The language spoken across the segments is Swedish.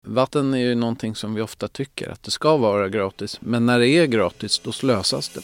Vatten är ju någonting som vi ofta tycker att det ska vara gratis. Men när det är gratis, då slösas det.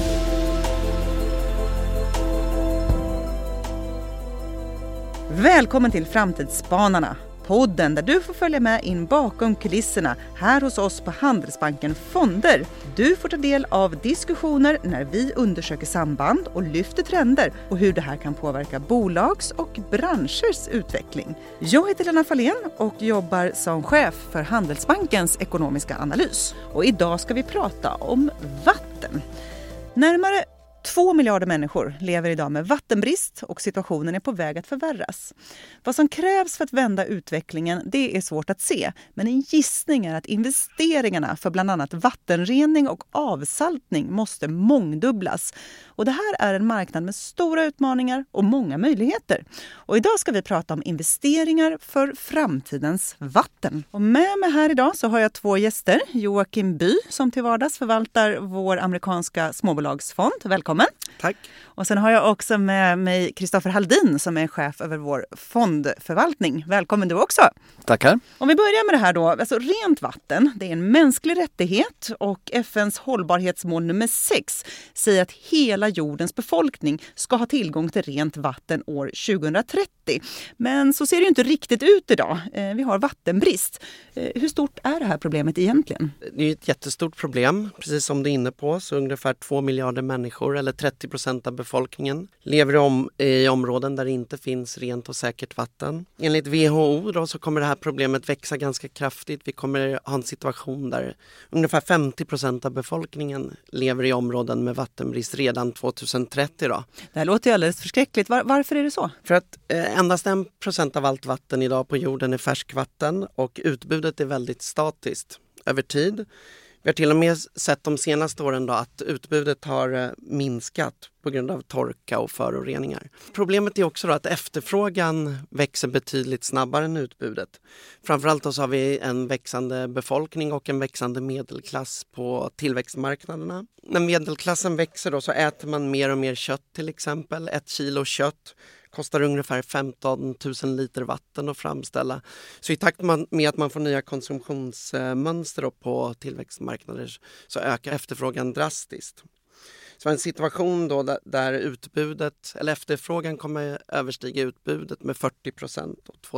Välkommen till Framtidsspanarna, podden där du får följa med in bakom kulisserna här hos oss på Handelsbanken Fonder. Du får ta del av diskussioner när vi undersöker samband och lyfter trender och hur det här kan påverka bolags och branschers utveckling. Jag heter Lena Fahlén och jobbar som chef för Handelsbankens ekonomiska analys. Och idag ska vi prata om vatten. Närmare 2 miljarder människor lever idag med vattenbrist och situationen är på väg att förvärras. Vad som krävs för att vända utvecklingen, det är svårt att se. Men en gissning är att investeringarna för bland annat vattenrening och avsaltning måste mångdubblas. Och det här är en marknad med stora utmaningar och många möjligheter. Och idag ska vi prata om investeringar för framtidens vatten. Och med mig här idag så har jag 2 gäster. Joakim By som till vardags förvaltar vår amerikanska småbolagsfond. Välkommen. Tack. Och sen har jag också med mig Kristoffer Haldin som är chef över vår fondförvaltning. Välkommen du också. Tackar. Om vi börjar med det här då, alltså rent vatten, det är en mänsklig rättighet och FNs hållbarhetsmål nummer 6 säger att hela jordens befolkning ska ha tillgång till rent vatten år 2030. Men så ser det ju inte riktigt ut idag. Vi har vattenbrist. Hur stort är det här problemet egentligen? Det är ett jättestort problem, precis som du är inne på. Så ungefär 2 miljarder människor eller 30% av befolkningen lever i områden där det inte finns rent och säkert vatten. Enligt WHO då, så kommer det här problemet växa ganska kraftigt. Vi kommer ha en situation där ungefär 50% av befolkningen lever i områden med vattenbrist redan 2030 då. Det här låter ju alldeles förskräckligt. Varför är det så? För att endast 1% av allt vatten idag på jorden är färskvatten och utbudet är väldigt statiskt över tid. Vi har till och med sett de senaste åren då att utbudet har minskat på grund av torka och föroreningar. Problemet är också då att efterfrågan växer betydligt snabbare än utbudet. Framförallt då så har vi en växande befolkning och en växande medelklass på tillväxtmarknaderna. När medelklassen växer då så äter man mer och mer kött till exempel. 1 kilo kött kostar ungefär 15 000 liter vatten att framställa. Så i takt med att man får nya konsumtionsmönster på tillväxtmarknader så ökar efterfrågan drastiskt. Så en situation då där utbudet eller efterfrågan kommer överstiga utbudet med 40%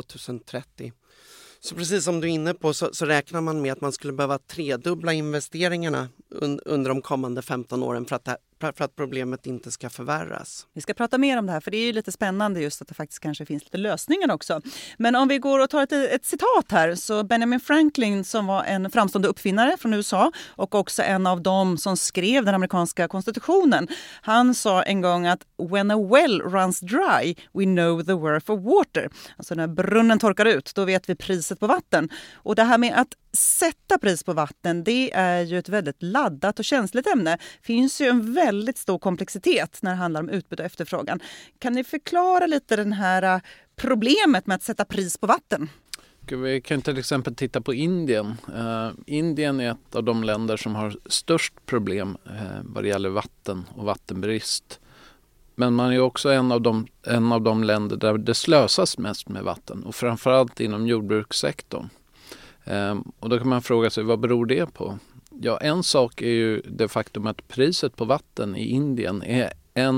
2030. Så precis som du är inne på så räknar man med att man skulle behöva tredubbla investeringarna under de kommande 15 åren för att problemet inte ska förvärras. Vi ska prata mer om det här för det är ju lite spännande just att det faktiskt kanske finns lite lösningar också. Men om vi går och tar ett citat här så Benjamin Franklin som var en framstående uppfinnare från USA och också en av dem som skrev den amerikanska konstitutionen. Han sa en gång att when a well runs dry we know the worth of water. Alltså när brunnen torkar ut då vet vi priset på vatten. Och det här med att sätta pris på vatten, det är ju ett väldigt laddat och känsligt ämne. Det finns ju en väldigt stor komplexitet när det handlar om utbud och efterfrågan. Kan ni förklara lite det här problemet med att sätta pris på vatten? Vi kan till exempel titta på Indien. Indien är ett av de länder som har störst problem vad det gäller vatten och vattenbrist. Men man är också en av de länder där det slösas mest med vatten och framförallt inom jordbrukssektorn. Och då kan man fråga sig, vad beror det på? Ja, en sak är ju det faktum att priset på vatten i Indien är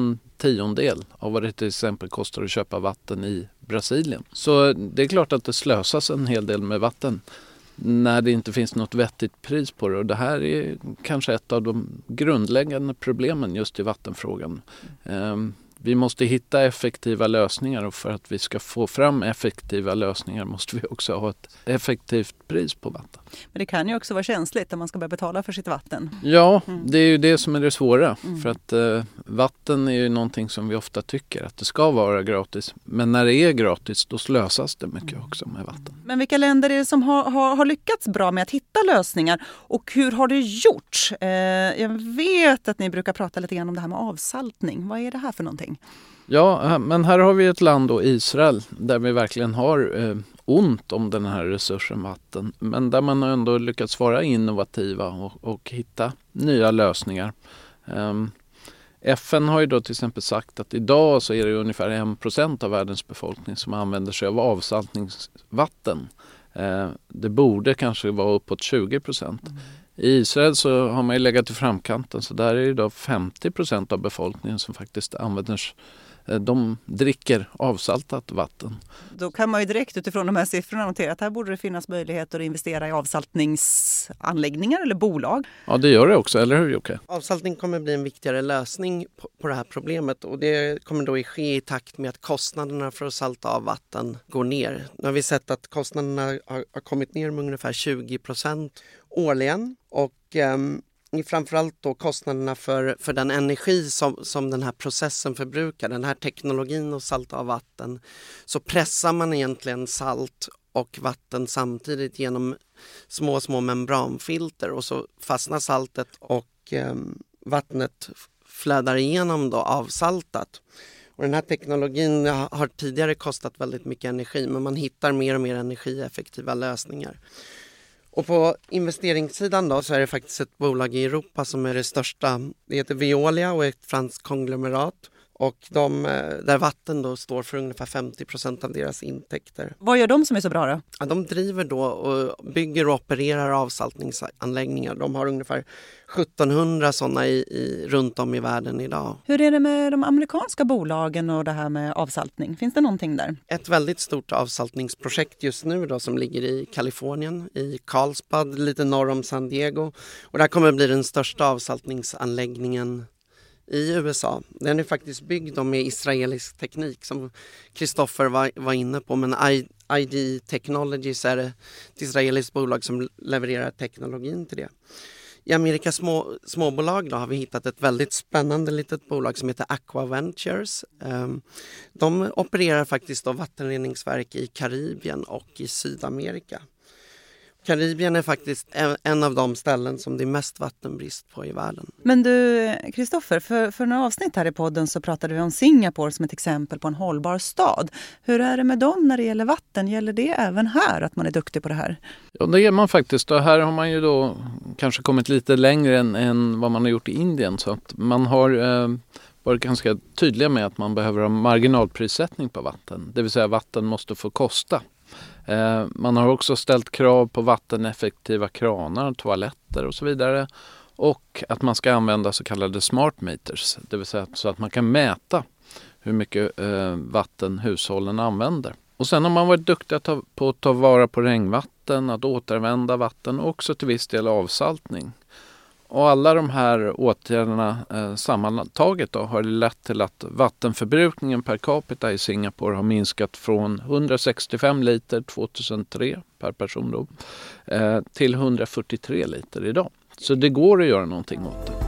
1/10 av vad det till exempel kostar att köpa vatten i Brasilien. Så det är klart att det slösas en hel del med vatten när det inte finns något vettigt pris på det. Och det här är kanske ett av de grundläggande problemen just i vattenfrågan. Vi måste hitta effektiva lösningar och för att vi ska få fram effektiva lösningar måste vi också ha ett effektivt pris på vatten. Men det kan ju också vara känsligt när man ska börja betala för sitt vatten. Ja, det är ju det som är det svåra. För att vatten är ju någonting som vi ofta tycker att det ska vara gratis. Men när det är gratis då slösas det mycket också med vatten. Men vilka länder är det som har lyckats bra med att hitta lösningar och hur har det gjorts? Jag vet att ni brukar prata lite grann om det här med avsaltning. Vad är det här för någonting? Ja, men här har vi ett land då, Israel, där vi verkligen har ont om den här resursen vatten. Men där man ändå lyckats vara innovativa och hitta nya lösningar. FN har ju då till exempel sagt att idag så är det ungefär 1% av världens befolkning som använder sig av avsaltningsvatten. Det borde kanske vara uppåt 20%. I Israel så har man ju legat i framkanten, så där är det då 50% av befolkningen som faktiskt de dricker avsaltat vatten. Då kan man ju direkt utifrån de här siffrorna notera att här borde det finnas möjligheter att investera i avsaltningsanläggningar eller bolag. Ja, det gör det också, eller hur Jocke? Avsaltning kommer bli en viktigare lösning på det här problemet, och det kommer då ske i takt med att kostnaderna för att salta av vatten går ner. Nu har vi sett att kostnaderna har kommit ner med ungefär 20% årligen, och framförallt då kostnaderna för den energi som den här processen förbrukar, den här teknologin att salta av vatten, så pressar man egentligen salt och vatten samtidigt genom små membranfilter, och så fastnar saltet och vattnet flödar igenom då avsaltat. Och den här teknologin har tidigare kostat väldigt mycket energi, men man hittar mer och mer energieffektiva lösningar. Och på investeringssidan då så är det faktiskt ett bolag i Europa som är det största. Det heter Veolia och är ett franskt konglomerat. Och där vatten då står för ungefär 50% av deras intäkter. Vad gör de som är så bra då? Ja, de driver då och bygger och opererar avsaltningsanläggningar. De har ungefär 1700 sådana runt om i världen idag. Hur är det med de amerikanska bolagen och det här med avsaltning? Finns det någonting där? Ett väldigt stort avsaltningsprojekt just nu då, som ligger i Kalifornien, i Carlsbad, lite norr om San Diego. Och det här kommer bli den största avsaltningsanläggningen i USA. Den är faktiskt byggd med israelisk teknik som Kristoffer var inne på, men ID Technologies är ett israeliskt bolag som levererar teknologin till det. I Amerikas småbolag då har vi hittat ett väldigt spännande litet bolag som heter Aqua Ventures. De opererar faktiskt då vattenreningsverk i Karibien och i Sydamerika. Karibien är faktiskt en av de ställen som det är mest vattenbrist på i världen. Men du, Kristoffer, för några avsnitt här i podden så pratade vi om Singapore som ett exempel på en hållbar stad. Hur är det med dem när det gäller vatten? Gäller det även här att man är duktig på det här? Ja, det är man faktiskt. Och här har man ju då kanske kommit lite längre än vad man har gjort i Indien. Så att man har varit ganska tydliga med att man behöver ha marginalprissättning på vatten. Det vill säga vatten måste få kosta. Man har också ställt krav på vatteneffektiva kranar, toaletter och så vidare. Och att man ska använda så kallade smart meters. Det vill säga så att man kan mäta hur mycket vatten hushållen använder. Och sen har man varit duktig på att ta vara på regnvatten, att återanvända vatten och också till viss del avsaltning. Och alla de här åtgärderna sammantaget då, har lett till att vattenförbrukningen per capita i Singapore har minskat från 165 liter 2003 per person då, till 143 liter idag. Så det går att göra någonting åt det.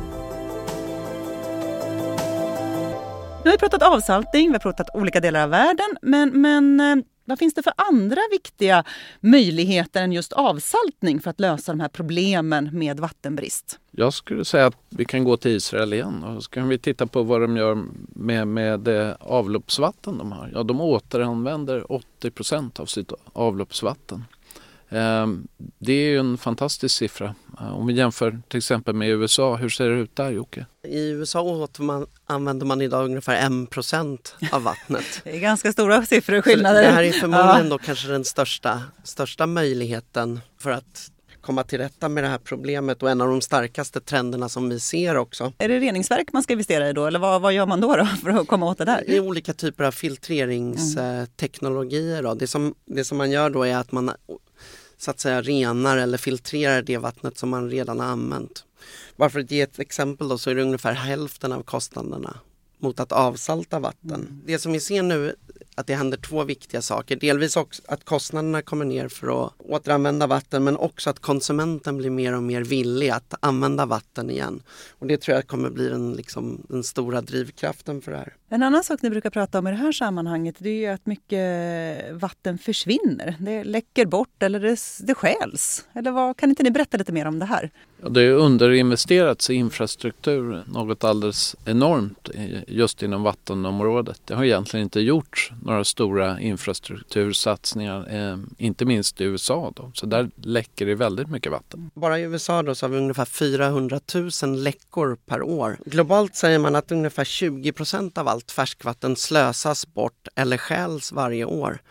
Nu har vi pratat avsaltning, vi har pratat olika delar av världen, men vad finns det för andra viktiga möjligheter än just avsaltning för att lösa de här problemen med vattenbrist? Jag skulle säga att vi kan gå till Israel igen och så kan vi titta på vad de gör med det avloppsvatten de har. Ja, de återanvänder 80% av sitt avloppsvatten. Det är ju en fantastisk siffra. Om vi jämför till exempel med USA, hur ser det ut där, Jocke? I USA använder man idag ungefär 1% av vattnet. Det är ganska stora siffror och skillnader. Så det här är förmodligen då kanske den största möjligheten för att komma till rätta med det här problemet och en av de starkaste trenderna som vi ser också. Är det reningsverk man ska investera i då? Eller vad gör man då för att komma åt det där? Det är olika typer av filtreringsteknologier. Då. Det som man gör då är att man så att säga renar eller filtrerar det vattnet som man redan har använt. Bara för att ge ett exempel då, så är det ungefär hälften av kostnaderna mot att avsalta vatten. Det som vi ser nu att det händer två viktiga saker. Delvis också att kostnaderna kommer ner för att återanvända vatten, men också att konsumenten blir mer och mer villig att använda vatten igen. Och det tror jag kommer bli den stora drivkraften för det här. En annan sak ni brukar prata om i det här sammanhanget, det är ju att mycket vatten försvinner. Det läcker bort eller det stjäls. Eller kan inte ni berätta lite mer om det här? Ja, det är underinvesterats i infrastruktur, något alldeles enormt just inom vattenområdet. Det har egentligen inte gjorts några stora infrastruktursatsningar, inte minst i USA då. Så där läcker det väldigt mycket vatten. Bara i USA då så har vi ungefär 400 000 läckor per år. Globalt säger man att ungefär 20% av allt färskvatten slösas bort eller stjäls varje år.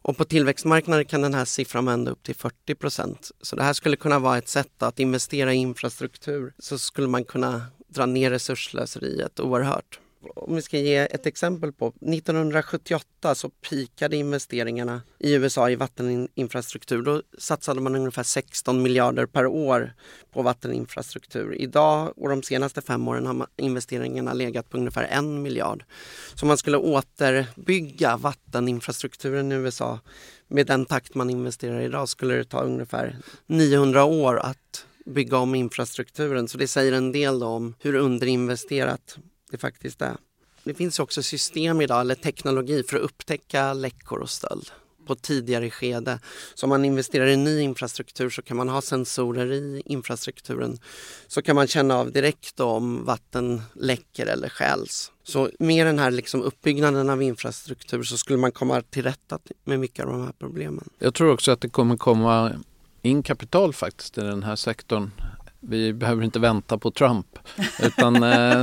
Och på tillväxtmarknader kan den här siffran vända upp till 40%. Så det här skulle kunna vara ett sätt att investera i infrastruktur, så skulle man kunna dra ner resursslöseriet oerhört. Om vi ska ge ett exempel på 1978 så pikade investeringarna i USA i vatteninfrastruktur. Då satsade man ungefär 16 miljarder per år på vatteninfrastruktur. Idag och de senaste 5 åren har investeringarna legat på ungefär 1 miljard. Så man skulle återbygga vatteninfrastrukturen i USA med den takt man investerar idag skulle det ta ungefär 900 år att bygga om infrastrukturen. Så det säger en del om hur underinvesterat det faktiskt är. Det finns också system idag, eller teknologi, för att upptäcka läckor och stöld på tidigare skede. Så om man investerar i ny infrastruktur så kan man ha sensorer i infrastrukturen. Så kan man känna av direkt om vatten läcker eller stjäls. Så med den här uppbyggnaden av infrastruktur så skulle man komma till rätta med mycket av de här problemen. Jag tror också att det kommer komma in kapital faktiskt i den här sektorn. Vi behöver inte vänta på Trump, utan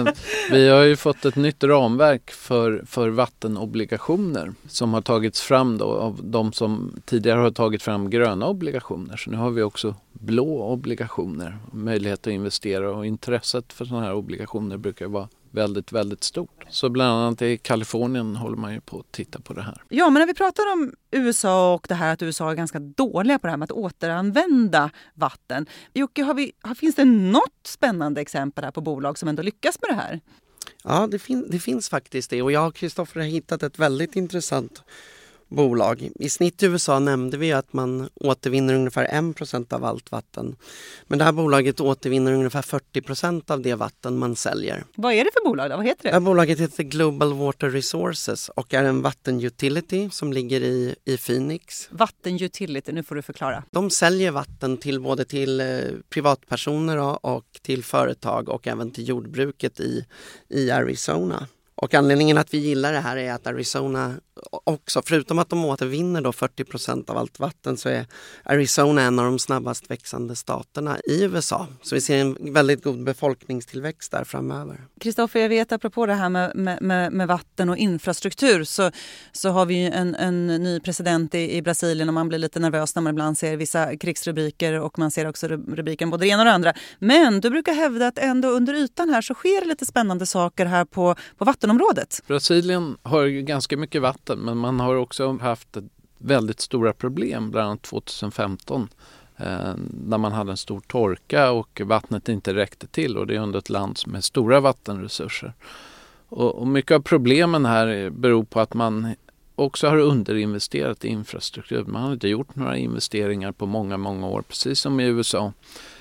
vi har ju fått ett nytt ramverk för vattenobligationer som har tagits fram då av de som tidigare har tagit fram gröna obligationer. Så nu har vi också blå obligationer, möjlighet att investera, och intresset för sådana här obligationer brukar vara väldigt, väldigt stort. Så bland annat i Kalifornien håller man ju på att titta på det här. Ja, men när vi pratar om USA och det här att USA är ganska dåliga på det här med att återanvända vatten. Jocke, finns det något spännande exempel här på bolag som ändå lyckas med det här? Ja, det finns faktiskt det, och jag och Kristoffer har hittat ett väldigt intressant bolag. I snitt i USA nämnde vi att man återvinner ungefär 1% av allt vatten. Men det här bolaget återvinner ungefär 40% av det vatten man säljer. Vad är det för bolag då? Vad heter det? Det här bolaget heter Global Water Resources och är en vattenutility som ligger i Phoenix. Vattenutility, nu får du förklara. De säljer vatten till både till privatpersoner och till företag och även till jordbruket i Arizona. Och anledningen att vi gillar det här är att Arizona också, förutom att de återvinner då 40% av allt vatten, så är Arizona en av de snabbast växande staterna i USA. Så vi ser en väldigt god befolkningstillväxt där framöver. Kristoffer, jag vet apropå det här med vatten och infrastruktur så har vi ju en ny president i Brasilien och man blir lite nervös när man ibland ser vissa krigsrubriker och man ser också rubriken både det ena och det andra. Men du brukar hävda att ändå under ytan här så sker lite spännande saker här på vattenområdet. Brasilien har ju ganska mycket vatten, men man har också haft väldigt stora problem, bland annat 2015 när man hade en stor torka och vattnet inte räckte till, och det är under ett land med stora vattenresurser. Och mycket av problemen här beror på att man också har underinvesterat i infrastruktur. Man har inte gjort några investeringar på många år, precis som i USA.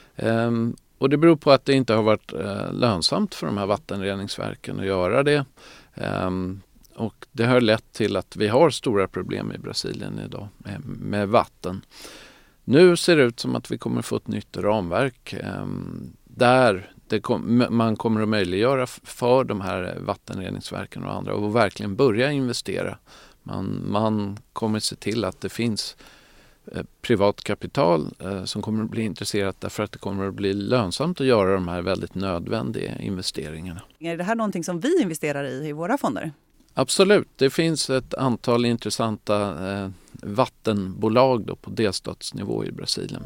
Och det beror på att det inte har varit lönsamt för de här vattenreningsverken att göra det. Och det har lett till att vi har stora problem i Brasilien idag med vatten. Nu ser det ut som att vi kommer få ett nytt ramverk där man kommer att möjliggöra för de här vattenreningsverken och andra och verkligen börja investera. Man kommer se till att det finns privat kapital som kommer att bli intresserat därför att det kommer att bli lönsamt att göra de här väldigt nödvändiga investeringarna. Är det här någonting som vi investerar i våra fonder? Absolut, det finns ett antal intressanta vattenbolag då på delstatsnivå i Brasilien.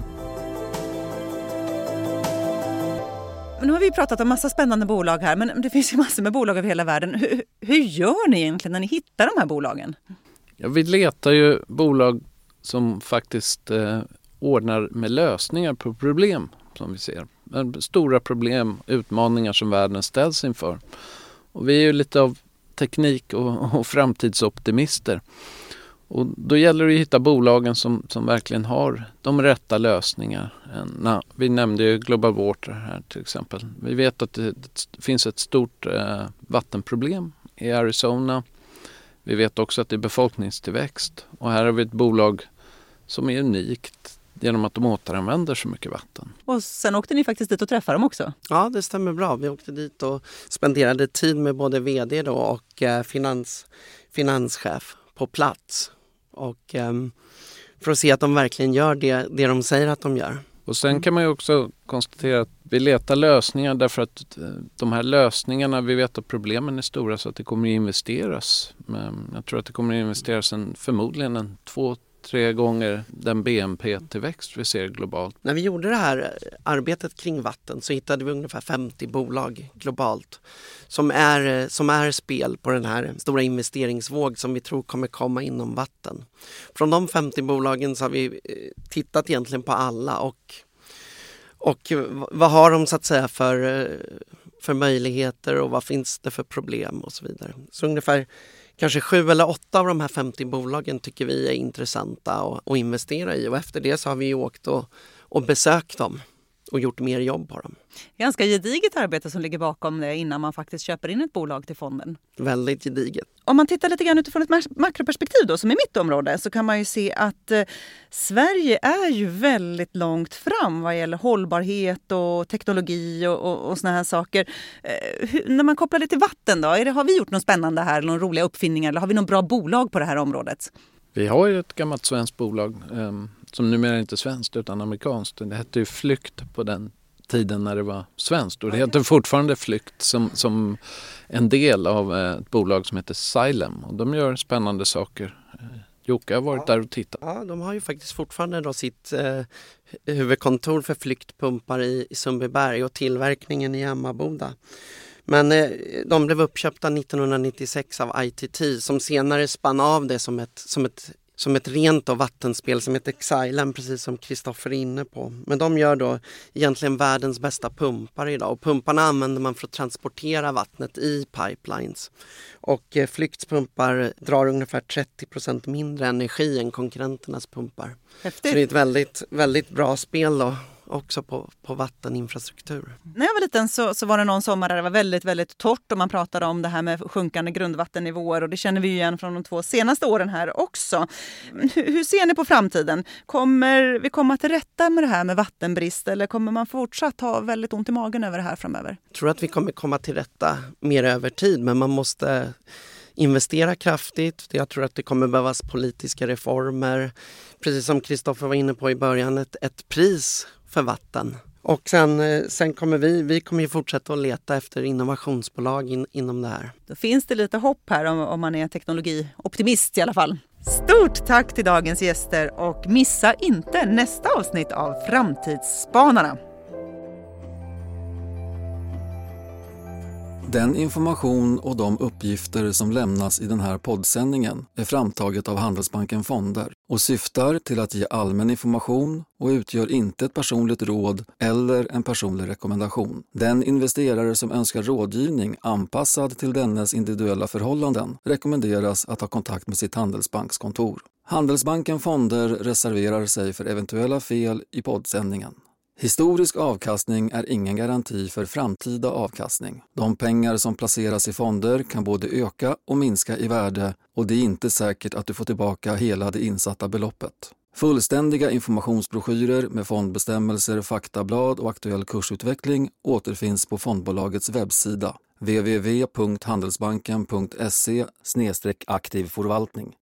Men nu har vi pratat om massa spännande bolag här, men det finns ju massor med bolag över hela världen. Hur gör ni egentligen när ni hittar de här bolagen? Ja, vi letar ju bolag som faktiskt ordnar med lösningar på problem som vi ser. Stora problem, utmaningar som världen ställs inför. Och vi är ju lite av teknik- och framtidsoptimister. Och då gäller det att hitta bolagen som verkligen har de rätta lösningarna. Vi nämnde ju Global Water här till exempel. Vi vet att det finns ett stort vattenproblem i Arizona. Vi vet också att det är befolkningstillväxt. Och här har vi ett bolag som är unikt genom att de återanvänder så mycket vatten. Och sen åkte ni faktiskt dit och träffade dem också? Ja, det stämmer bra. Vi åkte dit och spenderade tid med både vd då och finanschef på plats. Och för att se att de verkligen gör det de säger att de gör. Och sen kan man ju också konstatera att vi letar lösningar därför att de här lösningarna, vi vet att problemen är stora så att det kommer att investeras. Men jag tror att det kommer att investeras förmodligen 2-3 gånger den BNP-tillväxt vi ser globalt. När vi gjorde det här arbetet kring vatten så hittade vi ungefär 50 bolag globalt som är spel på den här stora investeringsvåg som vi tror kommer komma inom vatten. Från de 50 bolagen så har vi tittat egentligen på alla och vad har de så att säga för möjligheter och vad finns det för problem och så vidare. Så ungefär kanske 7 eller 8 av de här 50 bolagen tycker vi är intressanta att investera i och efter det så har vi åkt och besökt dem och gjort mer jobb på dem. Ganska gediget arbete som ligger bakom det innan man faktiskt köper in ett bolag till fonden. Väldigt gediget. Om man tittar lite grann utifrån ett makroperspektiv då, som är mitt område, så kan man ju se att Sverige är ju väldigt långt fram vad gäller hållbarhet och teknologi och såna här saker. När man kopplar det till vatten då, har vi gjort något spännande här, någon roliga uppfinningar eller har vi något bra bolag på det här området? Vi har ju ett gammalt svenskt bolag som numera inte är svenskt utan amerikanskt. Det hette ju Flykt på den tiden när det var svenskt och det heter fortfarande Flykt som en del av ett bolag som heter Xylem och de gör spännande saker. Jocke har varit där och tittat. Ja, de har ju faktiskt fortfarande då sitt huvudkontor för flyktpumpar i Sundbyberg och tillverkningen i Emmaboda. Men de blev uppköpta 1996 av ITT som senare spann av det som ett rent och vattenspel som heter Xylem, precis som Kristoffer är inne på. Men de gör då egentligen världens bästa pumpar idag och pumparna använder man för att transportera vattnet i pipelines. Och Flyktspumpar drar ungefär 30% mindre energi än konkurrenternas pumpar. Häftigt. Så det är ett väldigt, väldigt bra spel då. Också på vatteninfrastruktur. När jag var liten så var det någon sommar där det var väldigt, väldigt torrt och man pratade om det här med sjunkande grundvattennivåer och det känner vi ju igen från de 2 senaste åren här också. Hur ser ni på framtiden? Kommer vi komma till rätta med det här med vattenbrist eller kommer man fortsatt ha väldigt ont i magen över det här framöver? Jag tror att vi kommer komma till rätta mer över tid men man måste investera kraftigt. Jag tror att det kommer behövas politiska reformer. Precis som Kristoffer var inne på i början, ett pris för vatten. Och sen kommer vi kommer ju fortsätta att leta efter innovationsbolag inom det här. Då finns det lite hopp här om man är teknologioptimist i alla fall. Stort tack till dagens gäster och missa inte nästa avsnitt av Framtidsspanarna. Den information och de uppgifter som lämnas i den här poddsändningen är framtaget av Handelsbanken Fonder och syftar till att ge allmän information och utgör inte ett personligt råd eller en personlig rekommendation. Den investerare som önskar rådgivning anpassad till dennes individuella förhållanden rekommenderas att ha kontakt med sitt Handelsbankskontor. Handelsbanken Fonder reserverar sig för eventuella fel i poddsändningen. Historisk avkastning är ingen garanti för framtida avkastning. De pengar som placeras i fonder kan både öka och minska i värde och det är inte säkert att du får tillbaka hela det insatta beloppet. Fullständiga informationsbroschyrer med fondbestämmelser, faktablad och aktuell kursutveckling återfinns på fondbolagets webbsida www.handelsbanken.se/aktivförvaltning.